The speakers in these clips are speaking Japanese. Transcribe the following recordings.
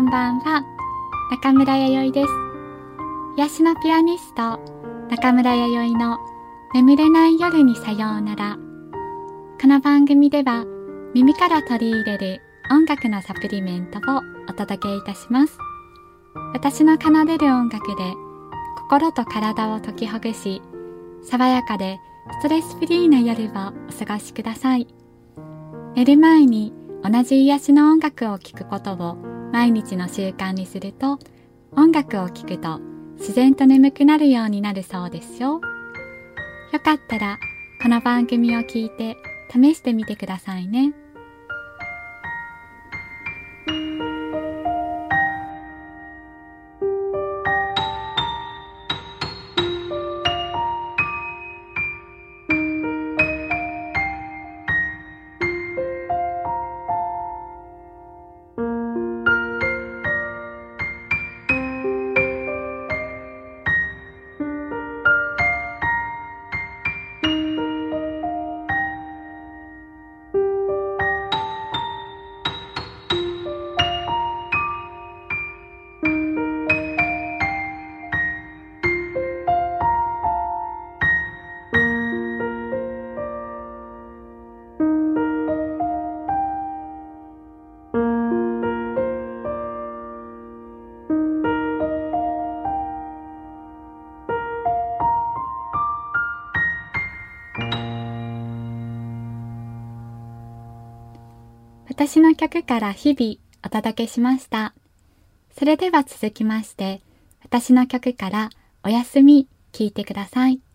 んばんは、中村弥生です。癒しのピアニスト、中村弥生の眠れない夜にさようなら。この番組では耳から取り入れる音楽のサプリメントをお届けいたします。私の奏でる音楽で心と体を解きほぐし、爽やかでストレスフリーな夜をお過ごしください。寝る前に同じ癒しの音楽を聴くことを毎日の習慣にすると、音楽を聴くと自然と眠くなるようになるそうですよ。よかったらこの番組を聞いて試してみてくださいね。私の曲から日々お届けしました。それでは続きまして、私の曲からおやすみ聴いてください。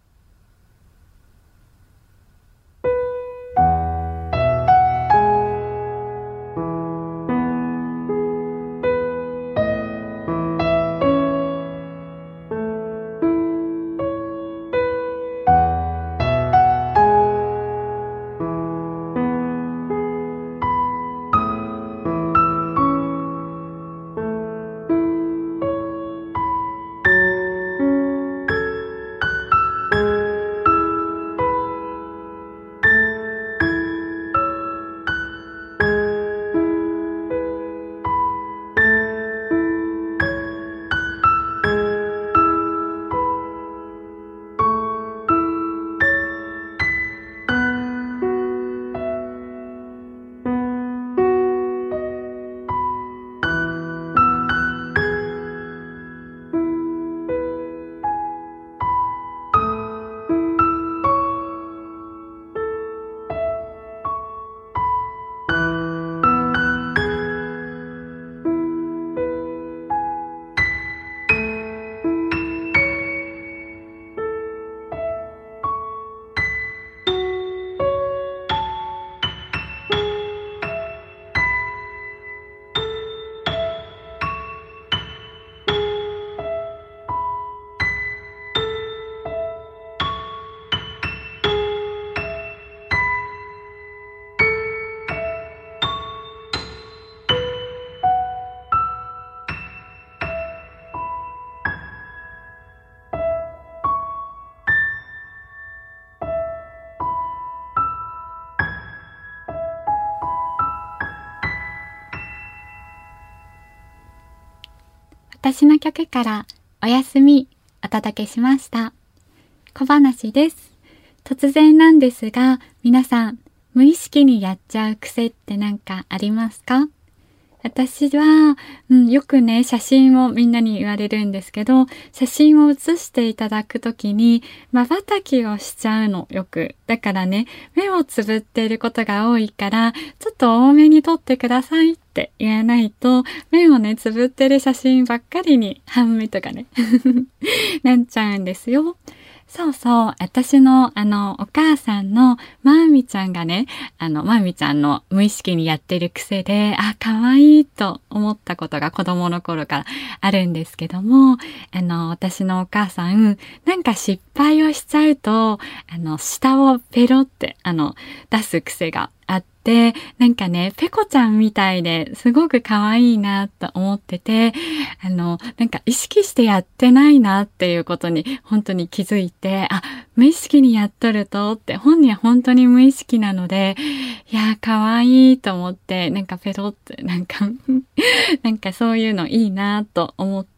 私の曲からおやすみお届けしました。小話です。突然なんですが、皆さん無意識にやっちゃう癖って何かありますか？私は、よくね、写真をみんなに言われるんですけど、写真を写していただくときに、瞬きをしちゃうの、よく。だからね、目をつぶっていることが多いから、ちょっと多めに撮ってくださいって言わないと、目をね、つぶってる写真ばっかりに、半目とかね、なっちゃうんですよ。そうそう、私のお母さんのまーみちゃんがね、まーみちゃんの無意識にやってる癖で、可愛いと思ったことが子供の頃からあるんですけども、私のお母さん、なんか失敗をしちゃうと、舌をペロって、出す癖があって、なんかね、ペコちゃんみたいですごく可愛いなと思ってて、なんか意識してやってないなっていうことに本当に気づいて、無意識にやっとるとって本人は本当に無意識なので、いやー可愛いと思って、なんかペロってなんかなんかそういうのいいなと思って、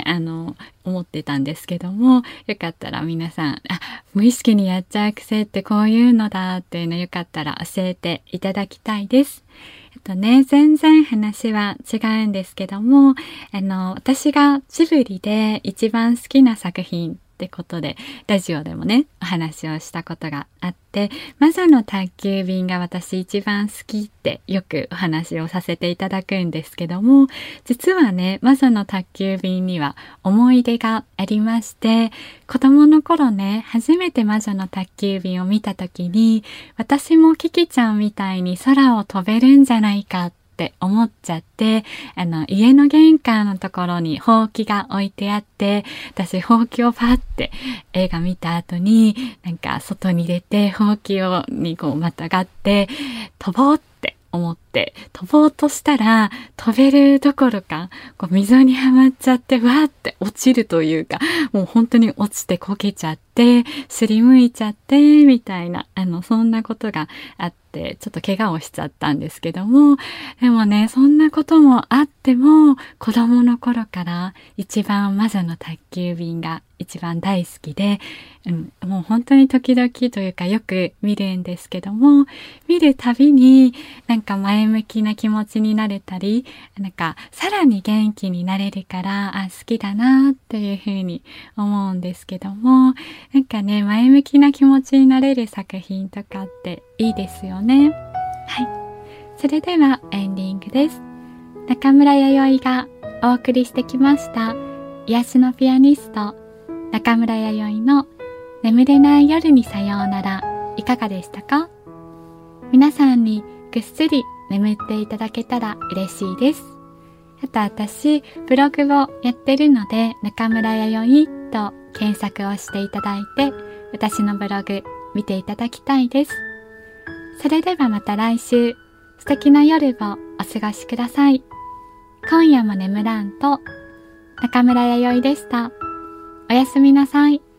思ってたんですけども、よかったら皆さん、無意識にやっちゃう癖ってこういうのだっていうのよかったら教えていただきたいです。全然話は違うんですけども、私がジブリで一番好きな作品ってことで、ラジオでもね、お話をしたことがあって、魔女の宅急便が私一番好きってよくお話をさせていただくんですけども、実はね、魔女の宅急便には思い出がありまして、子供の頃ね、初めて魔女の宅急便を見た時に、私もキキちゃんみたいに空を飛べるんじゃないかって思っちゃって、家の玄関のところにほうきが置いてあって、私ほうきをパッて映画見た後に、なんか外に出てほうきにこうまたがって飛ぼうって思って飛ぼうとしたら飛べるどころかこう溝にはまっちゃってわーって落ちるというか、もう本当に落ちてこけちゃってすりむいちゃってみたいなそんなことがあってちょっと怪我をしちゃったんですけども、でもねそんなこともあっても子供の頃から一番魔女の宅急便が一番大好きで、もう本当に時々というかよく見るんですけども、見るたびになんか前向きな気持ちになれたり、なんかさらに元気になれるから好きだなっていうふうに思うんですけども、なんかね前向きな気持ちになれる作品とかっていいですよね。はい、それではエンディングです。中村弥生がお送りしてきました癒しのピアニスト中村弥生の眠れない夜にさようなら、いかがでしたか？皆さんにぐっすり眠っていただけたら嬉しいです。あと私ブログをやってるので、中村弥生と検索をしていただいて私のブログ見ていただきたいです。それではまた来週、素敵な夜をお過ごしください。今夜も眠らんと、中村弥生でした。おやすみなさい。